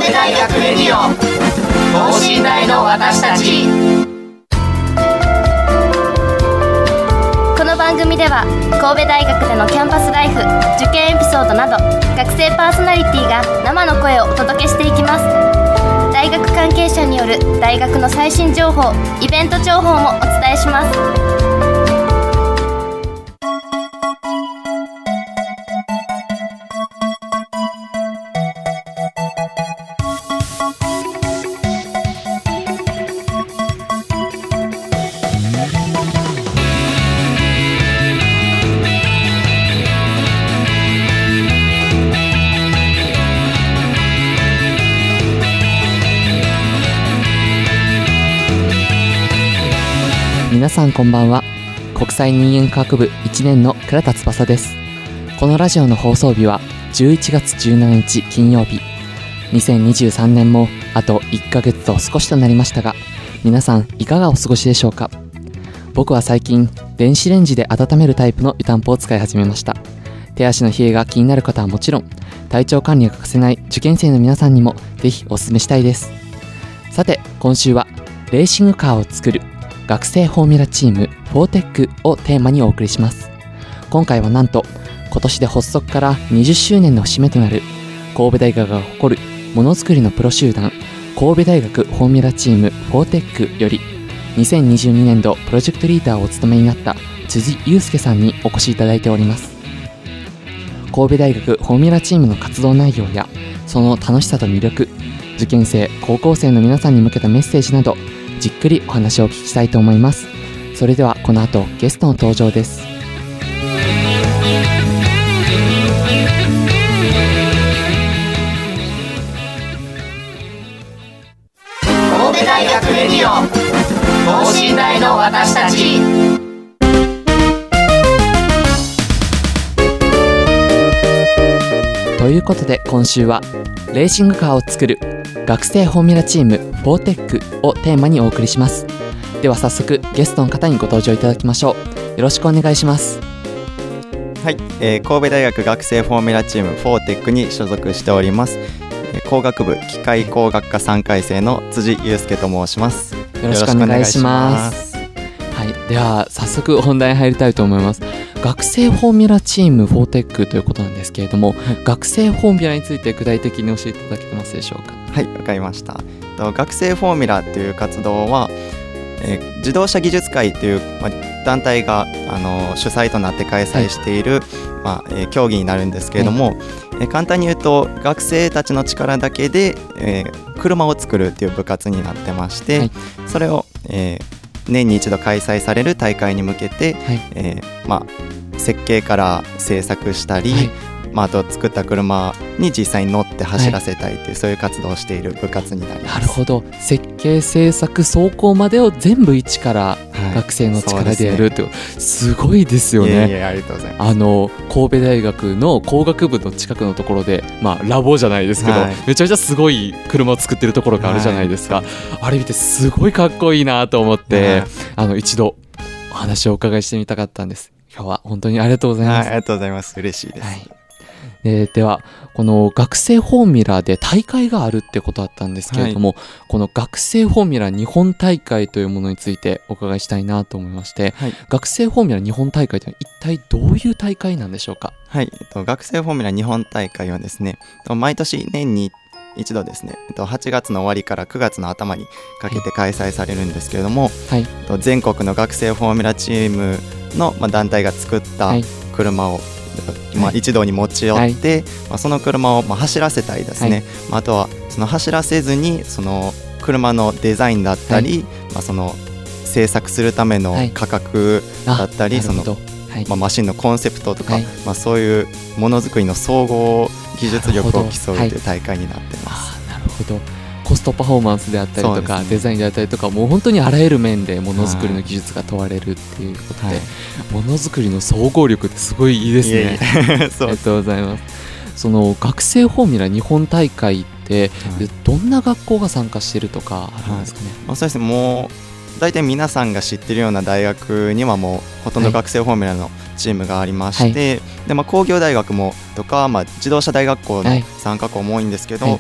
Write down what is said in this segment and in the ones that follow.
神戸大学レディオ等身大の私たち。 この番組では神戸大学でのキャンパスライフ、受験エピソードなど学生パーソナリティが生の声をお届けしていきます。大学関係者による大学の最新情報、イベント情報もお伝えします。 皆さんこんばんは。国際人間科学部1年の倉田翼です。このラジオの放送日は11月17日金曜日。2023年もあと1ヶ月と少しとなりましたが、皆さんいかがお過ごしでしょうか。僕は最近電子レンジで温めるタイプの湯たんぽを使い始めました。手足の冷えが気になる方はもちろん、体調管理が欠かせない受験生の皆さんにもぜひお勧めしたいです。さて今週はレーシングカーを作る学生フォーミュラチームフォーテックをテーマにお送りします。今回はなんと今年で発足から20周年の節目となる神戸大学が誇るものづくりのプロ集団神戸大学フォーミュラチームフォーテックより2022年度プロジェクトリーダーをお務めになった辻祐介さんにお越しいただいております。神戸大学フォーミュラチームの活動内容やその楽しさと魅力、受験生高校生の皆さんに向けたメッセージなどじっくりお話をお聞きしたいと思います。それではこの後ゲストの登場です。 神戸大学レディオ等身大の私たち。 ということで今週はレーシングカーを作る学生フォーミュラチームフォーテックをテーマにお送りします。では早速ゲストの方にご登場いただきましょう。よろしくお願いします。 はい、神戸大学学生フォーミュラチームフォーテックに所属しております、工学部機械工学科3回生の辻祐介と申します。 よろしくお願いします。はい、では早速本題に入りたいと思います。学生フォーミュラチームフォーテックということなんですけれども、学生フォーミュラについて具体的に教えていただけますでしょうか。 はい、わかりました。学生フォーミュラという活動は、自動車技術会という、団体が主催となって開催している、競技になるんですけれども、簡単に言うと学生たちの力だけで、車を作るという部活になってまして、それを、年に一度開催される大会に向けて、設計から制作したり、あと作った車に実際に乗って走らせたいという、そういう活動をしている部活になります。 なるほど。設計制作走行までを全部一から学生の力でやるって、すごいですよね。 ありがとうございます。 神戸大学の工学部の近くのところで、ラボじゃないですけど、めちゃめちゃすごい車を作ってるところがあるじゃないですか。あれ見てすごいかっこいいなと思って、一度お話をお伺いしてみたかったんです。今日は本当にありがとうございます。 ありがとうございます。嬉しいです。 ではこの学生フォーミュラで大会があるってことだったんですけれども、この学生フォーミュラ日本大会というものについてお伺いしたいなと思いまして、学生フォーミュラ日本大会というのは一体どういう大会なんでしょうか。 はい、学生フォーミュラ日本大会はですね、毎年年に一度ですね、8月の終わりから9月の頭にかけて開催されるんですけれども、全国の学生フォーミュラチームの団体が作った車を一堂に持ち寄って、その車を走らせたいですね、あとはその走らせずにその車のデザインだったり、その制作するための価格だったり、そのマシンのコンセプトとか、そういうものづくりの総合技術力を競うという大会になってます。 なるほど。コストパフォーマンスであったりとか、デザインであったりとか、もう本当にあらゆる面でものづくりの技術が問われるっていうことで、ものづくりの総合力ってすごいいいですね。ありがとうございます。その学生フォーミュラ日本大会って、どんな学校が参加してるとかあるんですかね。 そうですね、もう大体皆さんが知ってるような大学にはもうほとんど学生フォーミュラのチームがありまして、で工業大学もとか、自動車大学校の参加校も多いんですけど、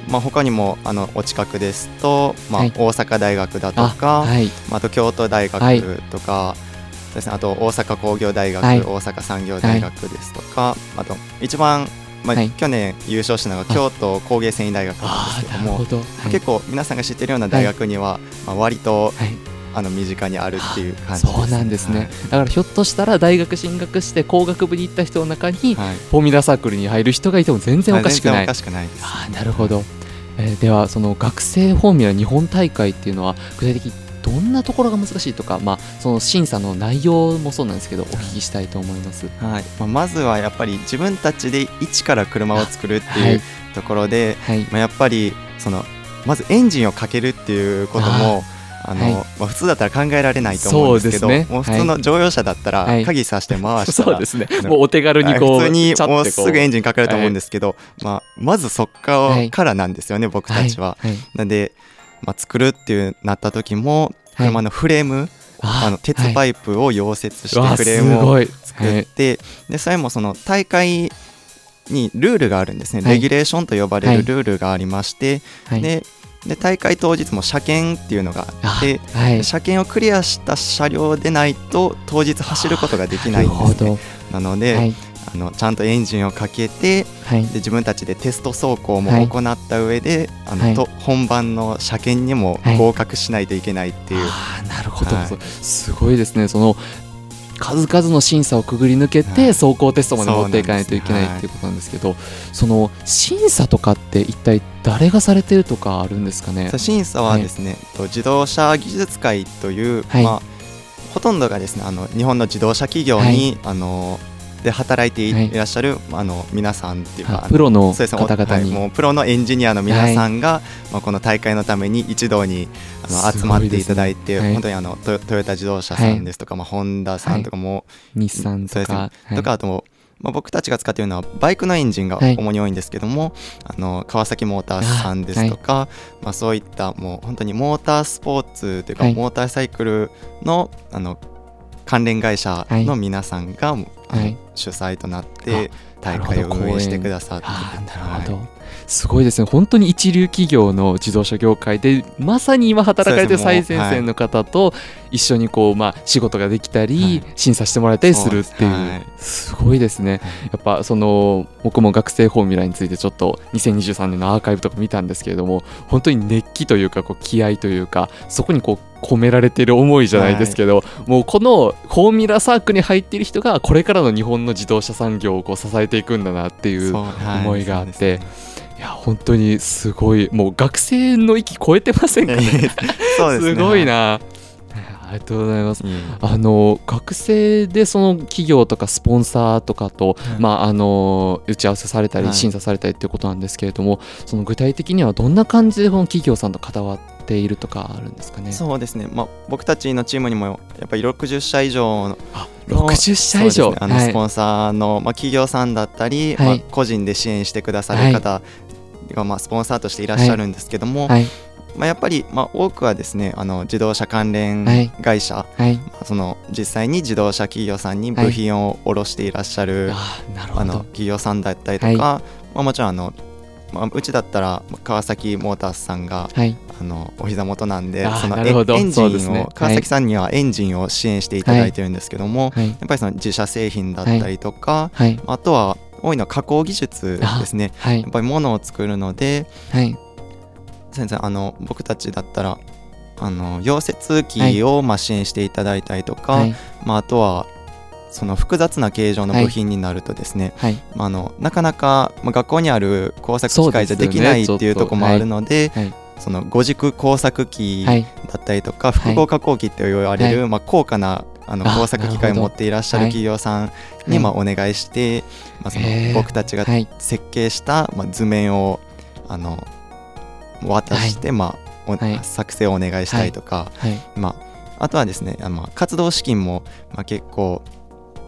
他にもお近くですと、大阪大学だとか、あと京都大学とかですね、あと大阪工業大学、大阪産業大学ですとか、あと一番去年優勝したのが京都工芸繊維大学なんですけども、結構皆さんが知ってるような大学には、割と身近にあるっていう感じです。 そうなんですね。だからひょっとしたら大学進学して工学部に行った人の中に、フォーミュラサークルに入る人がいても全然おかしくない。 全然おかしくないです。 なるほど。ではその学生フォーミュラ日本大会っていうのは具体的にどんなところが難しいとか、その審査の内容もそうなんですけどお聞きしたいと思います。 まずはやっぱり自分たちで一から車を作るっていうところで、やっぱりまずエンジンをかけるっていうことも普通だったら考えられないと思うんですけど、もう普通の乗用車だったら鍵さして回したら、 そうですね、もうお手軽に普通にもうすぐエンジンかかると思うんですけど、まずそっからなんですよね、僕たちは。なんで作るっていうなった時も車のフレーム、鉄パイプを溶接してフレームを作って、でそれもその大会にルールがあるんですね。レギュレーションと呼ばれるルールがありまして、で大会当日も車検っていうのがあって、車検をクリアした車両でないと当日走ることができないんですね。なので、ちゃんとエンジンをかけて、で自分たちでテスト走行も行った上で、本番の車検にも合格しないといけないっていう。 なるほど、すごいですね。その数々の審査をくぐり抜けて走行テストまで持っていかないといけないっていうことなんですけど、その審査とかって一体誰がされてるとかあるんですかね。 審査はですね、自動車技術会という、ほとんどがですね日本の自動車企業に、で働いていらっしゃる、皆さんっていうかプロの方々に、 もうプロのエンジニアの皆さんが、この大会のために一堂に集まっていただいて、本当にトヨタ自動車さんですとか、ホンダさんとかも、 日産とか、 あとも僕たちが使っているのはバイクのエンジンが主に多いんですけども、川崎モータースさんですとか、そういったもう本当にモータースポーツというか、モーターサイクルの関連会社の皆さんが主催となって大会を運営してくださって。 なるほど、すごいですね。本当に一流企業の自動車業界でまさに今働かれている最前線の方と一緒に仕事ができたり、審査してもらえたりするっていう、すごいですね。やっぱ僕も学生フォーミュラについてちょっと2023年のアーカイブとか見たんですけれども、本当に熱気というか気合というか、そこに込められている思いじゃないですけど、もうこのフォーミュラサークルに入っている人がこれからの日本の自動車産業を支えていくんだなっていう思いがあって、いや本当にすごい、もう学生の域超えてませんかね。 そうですね、 すごいな。ありがとうございます。学生でその企業とかスポンサーとかと、打ち合わせされたり審査されたりっていうことなんですけれども、その具体的にはどんな感じでこの企業さんと関わっているとかあるんですかね。 そうですね、僕たちのチームにもやっぱり60社以上の 60社以上、 スポンサーの、企業さんだったり、個人で支援してくださる方が、スポンサーとしていらっしゃるんですけども、やっぱり、多くはですね自動車関連会社、実際に自動車企業さんに部品を卸していらっしゃる、企業さんだったりとか、もちろんうちだったら川崎モータースさんが、お膝元なんで、そのエンジンを、川崎さんにはエンジンを支援していただいてるんですけども、やっぱりその自社製品だったりとか、あとは多いのは加工技術ですね。やっぱり物を作るので、先生僕たちだったら溶接機を支援していただいたりとか、あとはその複雑な形状の部品になるとですね、なかなか学校にある工作機械じゃできないっていうところもあるので、その5軸工作機だったりとか、複合加工機って言われる、高価な工作機械を持っていらっしゃる企業さんにお願いして、その僕たちが設計した図面を渡して、作成をお願いしたりとか、あとはですね活動資金も結構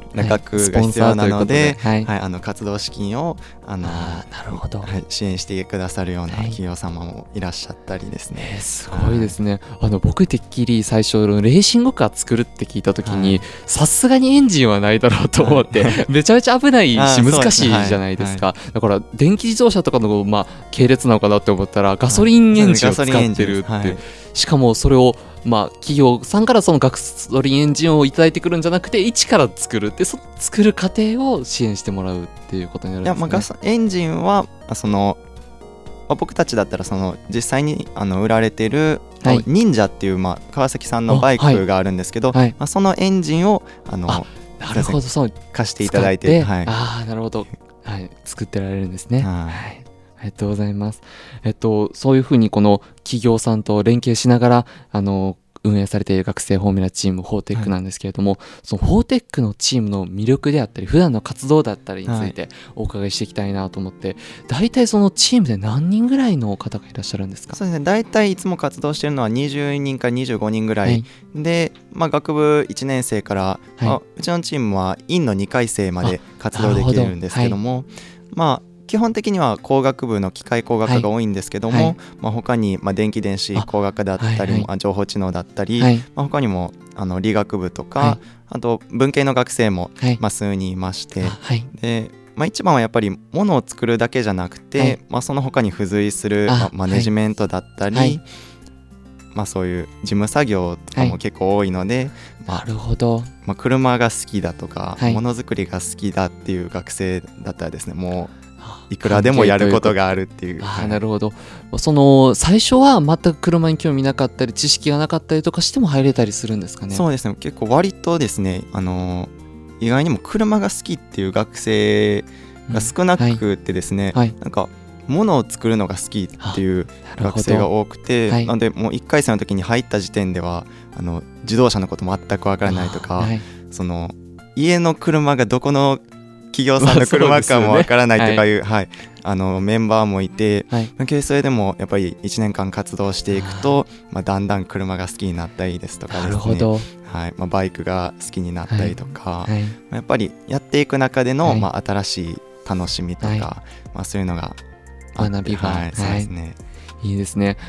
額が必要なので、 はい活動資金をなるほど、 支援してくださるような企業様もいらっしゃったりですね。 すごいですね。僕てっきり最初レーシングカー作るって聞いた時にさすがにエンジンはないだろうと思って、めちゃめちゃ危ないし難しいじゃないですか。だから電気自動車とかの系列なのかなって思ったらガソリンエンジンを使ってるって、しかもそれを企業さんからそのガソリンエンジンをいただいてくるんじゃなくて一から作るって、その作る過程を支援してもらうっていうことになるんですね。 エンジンは僕たちだったら実際に売られてる忍者っていう川崎さんのバイクがあるんですけど、そのエンジンをなるほど、そう貸していただいて、 なるほど、作ってられるんですね。ありがとうございます。そういうふうにこの企業さんと連携しながら運営されている学生フォーミュラチームフォーテックなんですけれども、そのフォーテックのチームの魅力であったり普段の活動だったりについてお伺いしていきたいなと思って、大体そのチームで何人ぐらいの方がいらっしゃるんですか？ そうですね、大体いつも活動しているのは20人から25人ぐらい、で、学部1年生から、うちのチームは院の2回生まで活動できるんですけども、基本的には工学部の機械工学が多いんですけども、他に電気電子工学だったり、情報知能だったり、他にも理学部とか、あと文系の学生も数人いまして、で一番はやっぱりものを作るだけじゃなくて、その他に付随するマネジメントだったり、そういう事務作業とかも結構多いので、 なるほど、 車が好きだとか、ものづくりが好きだっていう学生だったらですね、もういくらでもやることがあるっていう。 なるほど。最初は全く車に興味なかったり知識がなかったりとかしても入れたりするんですかね？ そうですね、結構割とですね、意外にも車が好きっていう学生が少なくてですね、なんか物を作るのが好きっていう学生が多くて、なのでもう1回生の時に入った時点では自動車のこと全くわからないとか、家の車がどこの企業さんの車かもわからないとかいう、メンバーもいて、それでもやっぱり1年間活動していくと、だんだん車が好きになったりですとかですね、バイクが好きになったりとか、やっぱりやっていく中での、新しい楽しみとか、そういうのが学びが、 そうですね、 いいですね。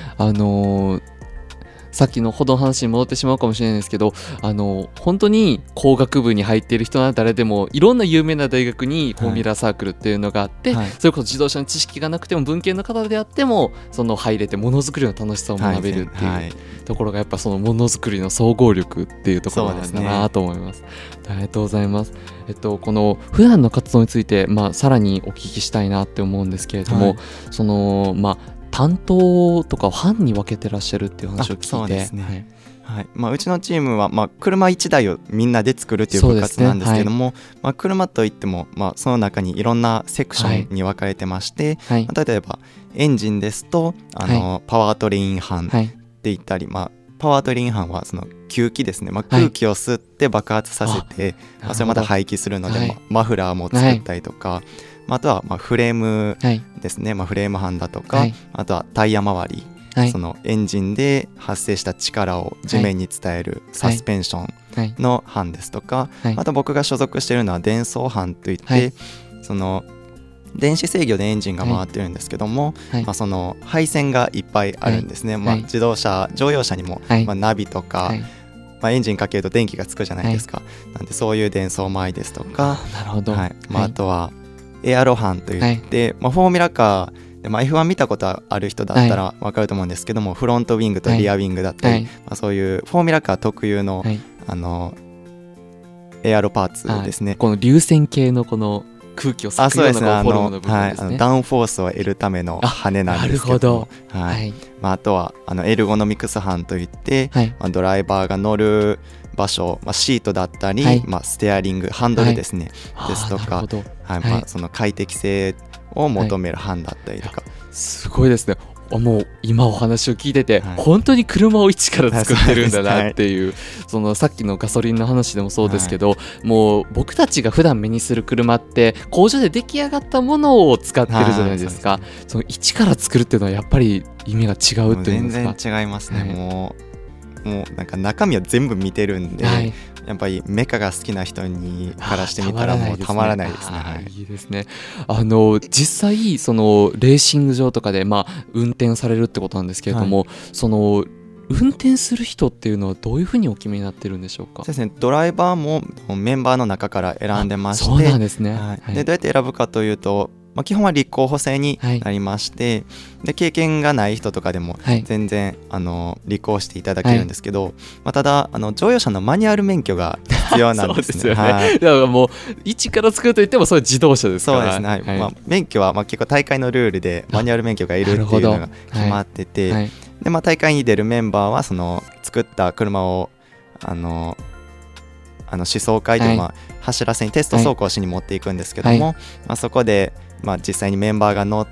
さっきのほどの話に戻ってしまうかもしれないですけど、本当に工学部に入っている人は誰でもいろんな有名な大学にフォーミュラサークルっていうのがあって、それこそ自動車の知識がなくても文系の方であっても入れてものづくりの楽しさを学べるっていうところがやっぱそのものづくりの総合力っていうところなんだなと思います。ありがとうございます。この普段の活動について、さらにお聞きしたいなって思うんですけれども、担当とかを班に分けてらっしゃるっていう話を聞いて、 そうですね、うちのチームは、車1台をみんなで作るっていう部活なんですけども、車といっても、その中にいろんなセクションに分かれてまして、例えばエンジンですとパワートレイン班って言ったり、パワートレイン班はその吸気ですね、空気を吸って爆発させて、それまた排気するので、マフラーも作ったりとか、あとはフレームですね、フレーム班だとか、あとはタイヤ周り、そのエンジンで発生した力を地面に伝えるサスペンションの班ですとか、あと僕が所属しているのは電装班といって、その電子制御でエンジンが回ってるんですけども、その配線がいっぱいあるんですね。自動車乗用車にも、ナビとか、エンジンかけると電気がつくじゃないですか、なんでそういう電装前ですとか、あとはエアロ班といって、フォーミュラカーで、F1 見たことある人だったら分かると思うんですけども、フロントウィングとリアウィングだったり、そういうフォーミュラカー特有の、エアロパーツですね。 この流線形のこの空気を吸くようなフォルムの部分ですね。 ダウンフォースを得るための羽なんですけど、あとはエルゴノミクス班といって、ドライバーが乗る場所、シートだったり、ステアリング、ハンドルですね、ですとか、その快適性を求める班だったりとか、 すごいですね。もう今お話を聞いてて、本当に車を一から作ってるんだなっていう、そのさっきのガソリンの話でもそうですけど、もう僕たちが普段目にする車って工場で出来上がったものを使ってるじゃないですか。その一から作るっていうのはやっぱり意味が違うっていうんですか？ 全然違いますね。もうなんか中身を全部見てるんで、ややっぱりメカが好きな人にからしてみたらもうたまらないですね。 いいですね。実際そのレーシング場とかで運転されるってことなんですけれども、その運転する人っていうのはどういうふうにお決めになってるんでしょうか？ そうですね、ドライバーもメンバーの中から選んでまして、 そうなんですね。 でどうやって選ぶかというと、基本は立候補制になりまして、で経験がない人とかでも全然、立候補していただけるんですけど、ただ乗用車のマニュアル免許が必要なんですね。 そうですよね。だからもう一から作るといってもそれ自動車ですから。 そうですね、免許は結構大会のルールでマニュアル免許がいるっていうのが決まってて、で大会に出るメンバーはその作った車を試走会で走らせにテスト走行しに持っていくんですけども、そこで実際にメンバーが乗って、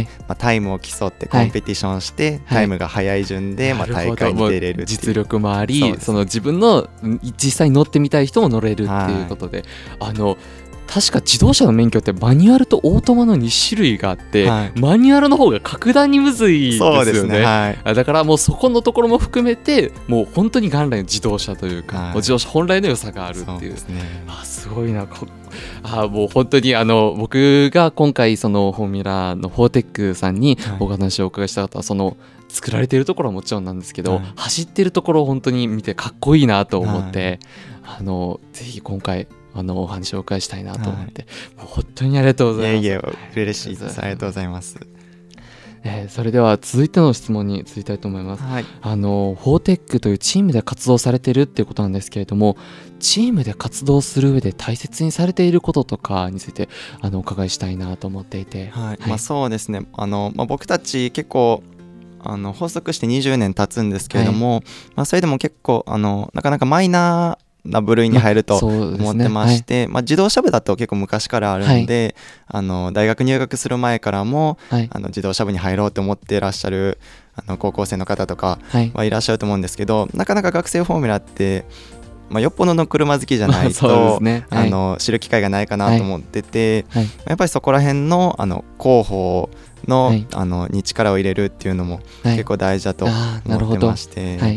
タイムを競ってコンペティションして、タイムが速い順で、大会に出れるっていう実力もあり、その自分の実際に乗ってみたい人も乗れるっていうことで、確か自動車の免許ってマニュアルとオートマの2種類があって、マニュアルの方が格段にむずいですよね。 そうですね、 だからもうそこのところも含めてもう本当に元来の自動車というか、自動車本来の良さがあるっていう。そうですね。すごいな。もう本当に僕が今回そのフォーミュラのフォーテックさんにお話をお伺いした方は、その作られているところはもちろんなんですけど、走っているところを本当に見てかっこいいなと思って、ぜひ今回お話をお伺いしたいなと思って、もう本当にありがとうございます。 いえいえ、嬉しいです。ありがとうございます。 それでは続いての質問に移りたいと思います。フォーテックというチームで活動されているっていうことなんですけれども、チームで活動する上で大切にされていることとかについてお伺いしたいなと思っていて。 そうですね、僕たち結構発足して20年経つんですけれども、それでも結構なかなかマイナーな部類に入ると思ってまして、自動車部だと結構昔からあるんで、大学入学する前からも、自動車部に入ろうと思っていらっしゃる高校生の方とかはいらっしゃると思うんですけど、なかなか学生フォーミュラってよっぽどの車好きじゃないと、知る機会がないかなと思ってて、やっぱりそこら辺の広報の、に力を入れるっていうのも結構大事だと思ってまして、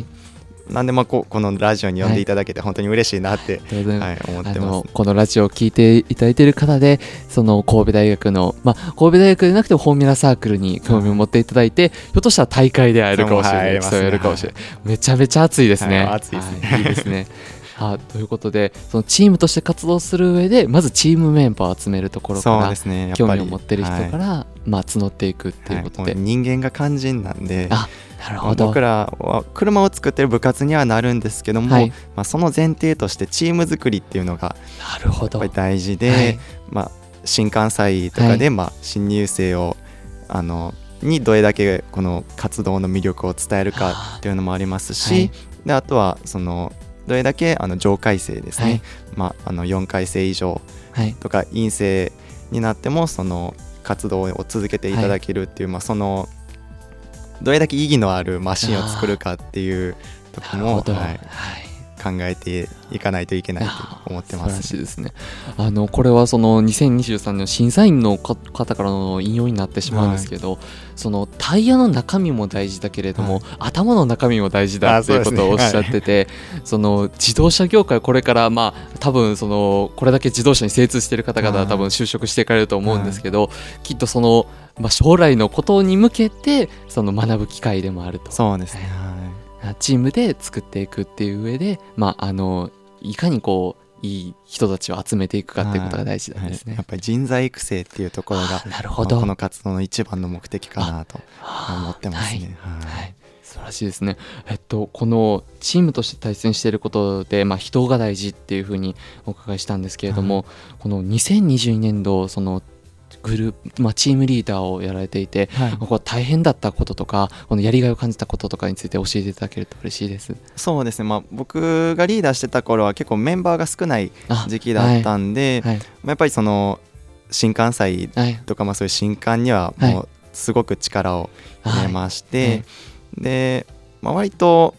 なんでこのラジオに呼んでいただけて本当に嬉しいなって、思ってます。 このラジオを聞いていただいている方で、その神戸大学の、神戸大学でなくてもフォーミュラサークルに興味を持っていただいて、ひょっとしたら大会で会えるかもしれない、そうやるかもしれない、めちゃめちゃ熱いですね。 熱いですね。 いいですね。ということで、そのチームとして活動する上でまずチームメンバーを集めるところから、興味を持っている人から募っていくっていうことで、 人間が肝心なんで、 なるほど。 僕らは車を作ってる部活にはなるんですけども、その前提としてチーム作りっていうのがやっぱり大事で、新歓祭とかで新入生をにどれだけこの活動の魅力を伝えるかっていうのもありますし、であとはそのどれだけ上階生ですね、4回生以上とか院生になってもその活動を続けていただけるっていう、そのどれだけ意義のあるマシンを作るかっていうところも、考えていかないといけないと思ってます。 素晴らしいですね。これはその2023年の審査員の方からの引用になってしまうんですけど、そのタイヤの中身も大事だけれども、頭の中身も大事だっていうことをおっしゃってて、その自動車業界これから多分そのこれだけ自動車に精通している方々は多分就職していかれると思うんですけど、きっとその将来のことに向けてその学ぶ機会でもあると。 そうですね。 チームで作っていくっていう上で、いかにいい人たちを集めていくかっていうことが大事なんですね。 やっぱり人材育成っていうところがこの活動の一番の目的かなと思ってますね。 素晴らしいですね。このチームとして対戦していることで、人が大事っていうふうにお伺いしたんですけれども、この2022年度そのグループ、チームリーダーをやられていて、ここは大変だったこととか、このやりがいを感じたこととかについて教えていただけると嬉しいです。 そうですね、僕がリーダーしてた頃は結構メンバーが少ない時期だったんで、やっぱりその新歓祭とか、そういう新歓にはもうすごく力を入れまして、で、割と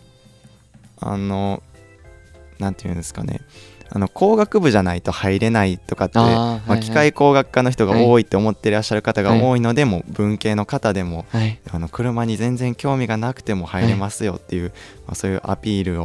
なんていうんですかね、工学部じゃないと入れないとかって、機械工学科の人が多いって思っていらっしゃる方が多いので、もう文系の方でも、車に全然興味がなくても入れますよっていう、そういうアピールを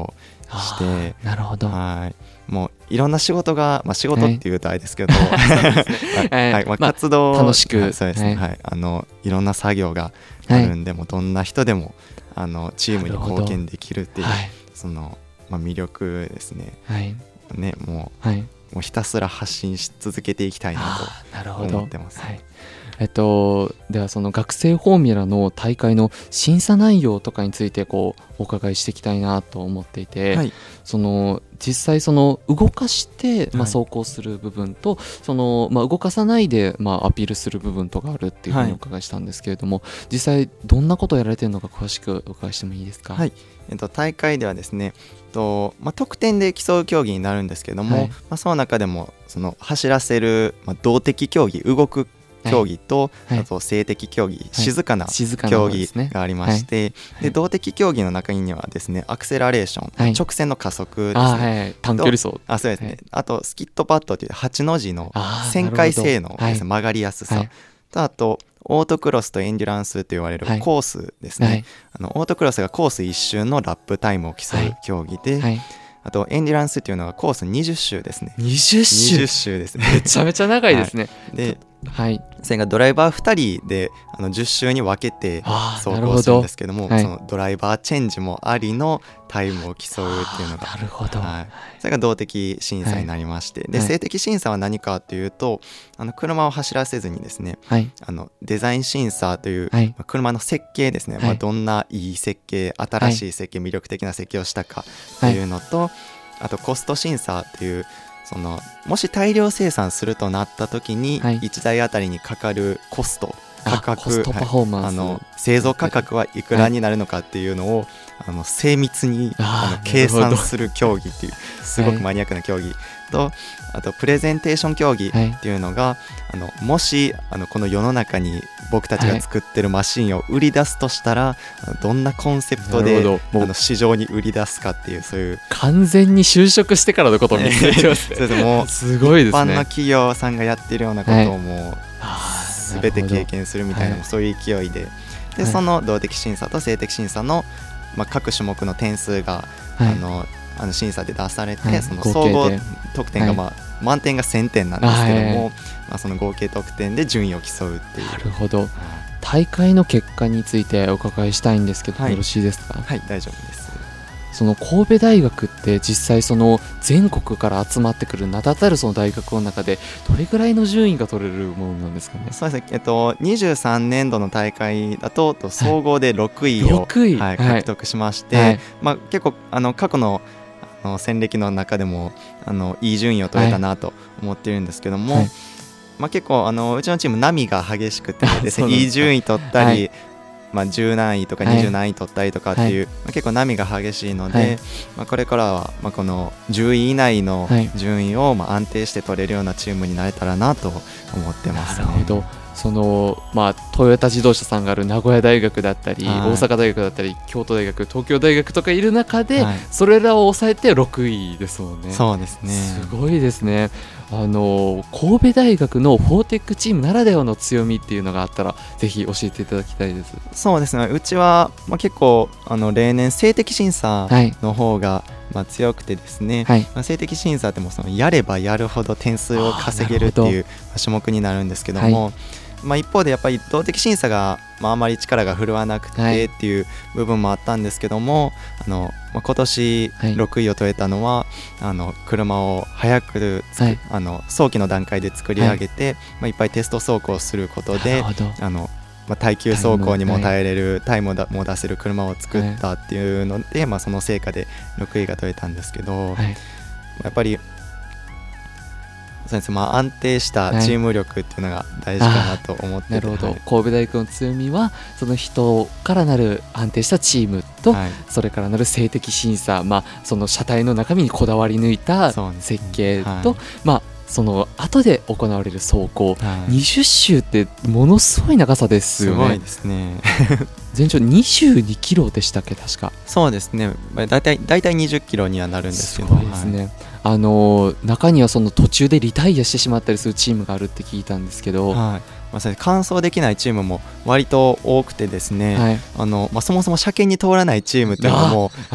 して、 なるほど。 もういろんな仕事が、仕事っていうとあれですけど、活動楽しく、 そうですね、いろんな作業があるんで、もうどんな人でもチームに貢献できるっていう、その、魅力ですね。もうひたすら発信し続けていきたいなと思ってます。 ではその学生フォーミュラの大会の審査内容とかについてお伺いしていきたいなと思っていて、その実際その動かして走行する部分と、その動かさないでアピールする部分とかあるっていうふうにお伺いしたんですけれども、実際どんなことをやられているのか詳しくお伺いしてもいいですか？ 大会ではですね、得点で競う競技になるんですけども、その中でもその走らせる、動的競技、動く競技と、あと静的競技、静かな競技がありまして、で動的競技の中にはですね、アクセラレーション、直線の加速ですね、 短距離走、 そうですね、あとスキットパッドという8の字の旋回性能ですね、曲がりやすさと、あとオートクロスとエンデュランスと言われるコースですね、オートクロスがコース1周のラップタイムを競う競技で、あとエンデュランスっていうのがコース20周ですね。20周ですね。 めちゃめちゃ長いですね。 で、それがドライバー2人で10周に分けて走行するんですけども、そのドライバーチェンジもありのタイムを競うっていうのが、それが動的審査になりまして、で静的審査は何かというと、車を走らせずにですね、デザイン審査という、車の設計ですね、どんないい設計、新しい設計、魅力的な設計をしたかというのと、あとコスト審査という、そのもし大量生産するとなった時に1台あたりにかかるコスト、価格、 コストパフォーマンス、 製造価格はいくらになるのかっていうのを精密に計算する競技っていう、すごくマニアックな競技と、あとプレゼンテーション競技っていうのが、もしこの世の中に僕たちが作ってるマシンを売り出すとしたら、どんなコンセプトで市場に売り出すかっていう、そういう完全に就職してからのことを見つめてますね。もうすごいですね。 一般の企業さんがやってるようなことをもう全て経験するみたいな、そういう勢いで、その動的審査と静的審査の、各種目の点数が、審査で出されて、その総合得点が、満点が1000点なんですけども、その合計得点で順位を競うっていう。 なるほど。大会の結果についてお伺いしたいんですけど、よろしいですか？ はい、大丈夫です。 その神戸大学って実際その全国から集まってくる名だたるその大学の中でどれぐらいの順位が取れるものなんですかね？ そうですね、23年度の大会だと総合で6位を、獲得しまして、結構過去の戦歴の中でもいい順位を取れたなと思っているんですけども、結構うちのチーム波が激しくてですね、いい順位取ったり、10何位とか20何位取ったりとかっていう、結構波が激しいので、これからはこの10位以内の順位を安定して取れるようなチームになれたらなと思ってますね。 なるほど。そのトヨタ自動車さんがある名古屋大学だったり、大阪大学だったり、京都大学、東京大学とかいる中で、それらを抑えて6位ですもんね。 そうですね。 すごいですね。神戸大学のフォーテックチームならではの強みっていうのがあったらぜひ教えていただきたいです。 そうですね、うちは、結構例年静的審査の方が、強くてですね、静的審査ってもそのやればやるほど点数を稼げるっていう種目になるんですけども、一方でやっぱり動的審査が、あまり力が振るわなくてっていう部分もあったんですけども、今年6位を取れたのは車を早く早期の段階で作り上げて、いっぱいテスト走行することで耐久走行にも耐えれるタイムも出せる車を作ったっていうので、その成果で6位が取れたんですけど、やっぱりそうですね、安定したチーム力っていうのが大事かなと思ってて、 なるほど。神戸大学の強みはその人からなる安定したチームと、それからなる静的審査、その車体の中身にこだわり抜いた設計と、その後で行われる走行、20周ってものすごい長さですよね。 すごいですね。 全長22キロでしたっけ？確かそうですね、だいたい20キロにはなるんですけど、 すごいですね。中にはその途中でリタイアしてしまったりするチームがあるって聞いたんですけど、 完走できないチームも割と多くてですね、そもそも車検に通らないチームっていうのも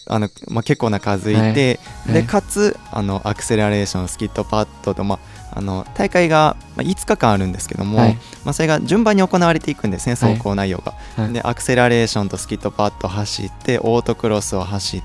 結構な数いて、でかつアクセラレーション、スキットパッドと、大会が5日間あるんですけども、それが順番に行われていくんですね、走行内容が。でアクセラレーションとスキットパッド走って、オートクロスを走って、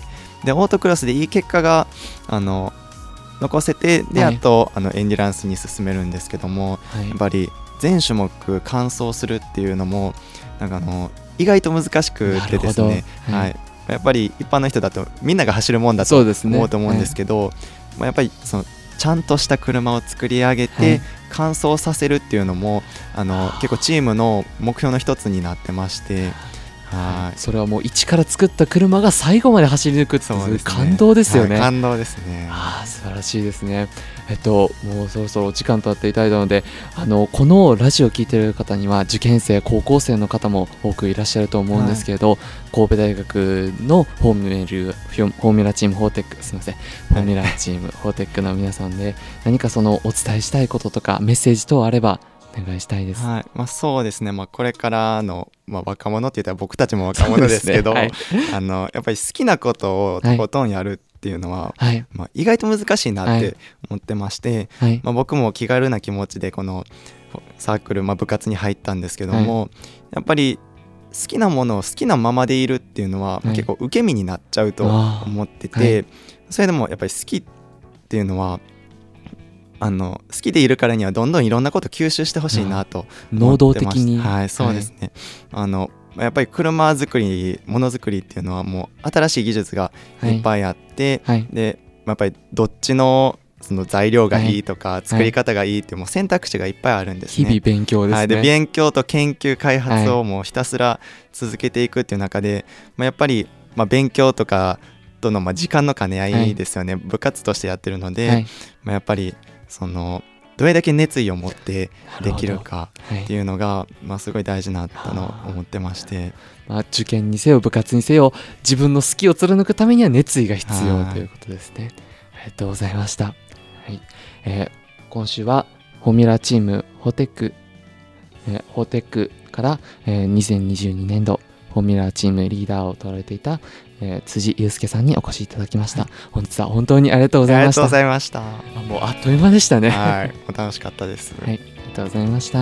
でオートクロスでいい結果が残せて、であとエンデュランスに進めるんですけども、やっぱり全種目完走するっていうのもなんか意外と難しくてですね、やっぱり一般の人だとみんなが走るもんだと思うと思うんですけど、やっぱりちゃんとした車を作り上げて完走させるっていうのも結構チームの目標の一つになってまして、 それはもう一から作った車が最後まで走り抜くっていう感動ですよね。 感動ですね。 素晴らしいですね。もうそろそろお時間となっていただいたので、このラジオを聞いている方には受験生、高校生の方も多くいらっしゃると思うんですけれど、神戸大学のフォーミュラチームフォーテック、すみません、フォーミュラチームフォーテックの皆さんで何かお伝えしたいこととかメッセージ等あればお願いしたいです。 そうですね、これからの、若者って言ったら僕たちも若者ですけど、やっぱり好きなことをとことんやるっていうのは、意外と難しいなって思ってまして、僕も気軽な気持ちでこのサークル、部活に入ったんですけども、やっぱり好きなものを好きなままでいるっていうのは、結構受け身になっちゃうと思ってて、それでもやっぱり好きっていうのは好きでいるからにはどんどんいろんなこと吸収してほしいなと思ってまして、能動的に、そうですね、やっぱり車作り、ものづくりっていうのはもう新しい技術がいっぱいあって、でやっぱりどっちのその材料がいいとか作り方がいいっていうもう選択肢がいっぱいあるんですね。 日々勉強ですね。 で勉強と研究開発をもうひたすら続けていくっていう中で、やっぱり勉強とかとの時間の兼ね合いですよね。部活としてやってるので、やっぱりどれだけ熱意を持ってできるかっていうのが、すごい大事なと思ってまして、 受験にせよ部活にせよ自分の好きを貫くためには熱意が必要ということですね。ありがとうございました。今週はフォーミュラチームフォーテックから、2022年度フォーミュラチームリーダーを取られていた、辻祐介さんにお越しいただきました。本日は本当にありがとうございました。 ありがとうございました。 もうあっという間でしたね。 楽しかったです。 ありがとうございました。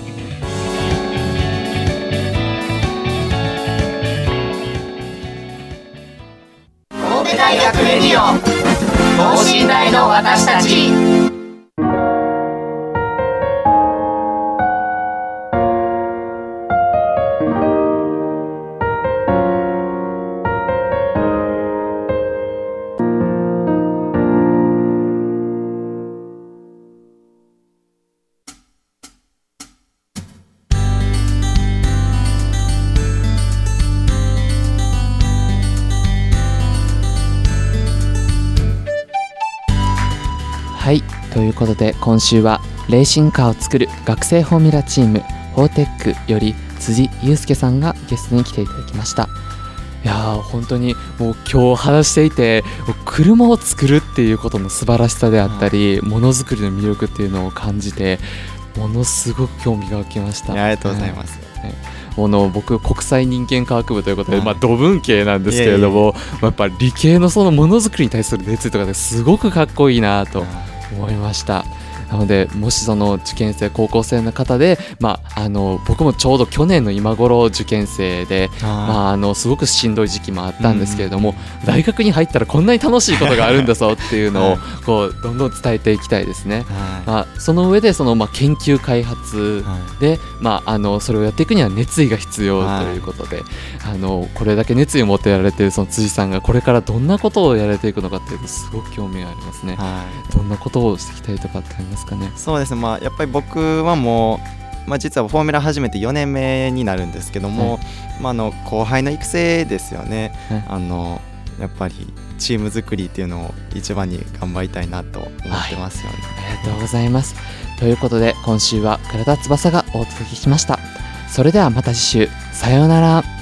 神戸大学レディオ等身大の私たち。 ということで今週はレーシングカーを作る学生フォーミュラチームフォーテックより辻祐介さんがゲストに来ていただきました。いやー本当にもう今日話していて車を作るっていうことの素晴らしさであったりものづくりの魅力っていうのを感じてものすごく興味が湧きました。 ありがとうございます。 僕国際人間科学部ということで、土文系なんですけれども、やっぱり理系のそのものづくりに対する熱意とかですごくかっこいいなと思いました。なのでもしその受験生高校生の方で、僕もちょうど去年の今頃受験生で、すごくしんどい時期もあったんですけれども、大学に入ったらこんなに楽しいことがあるんだぞっていうのをこうどんどん伝えていきたいですね。その上でその研究開発で、それをやっていくには熱意が必要ということで、これだけ熱意を持ってやられているその辻さんがこれからどんなことをやられていくのかっていうとすごく興味がありますね。どんなことをしていきたいとかってありますかね。 そうですね、やっぱり僕はもう、実はフォーミュラ始めて4年目になるんですけども、後輩の育成ですよね。やっぱりチーム作りっていうのを一番に頑張りたいなと思ってますよね。 ありがとうございます。ということで今週は倉田翼がお届けしました。それではまた次週、さようなら。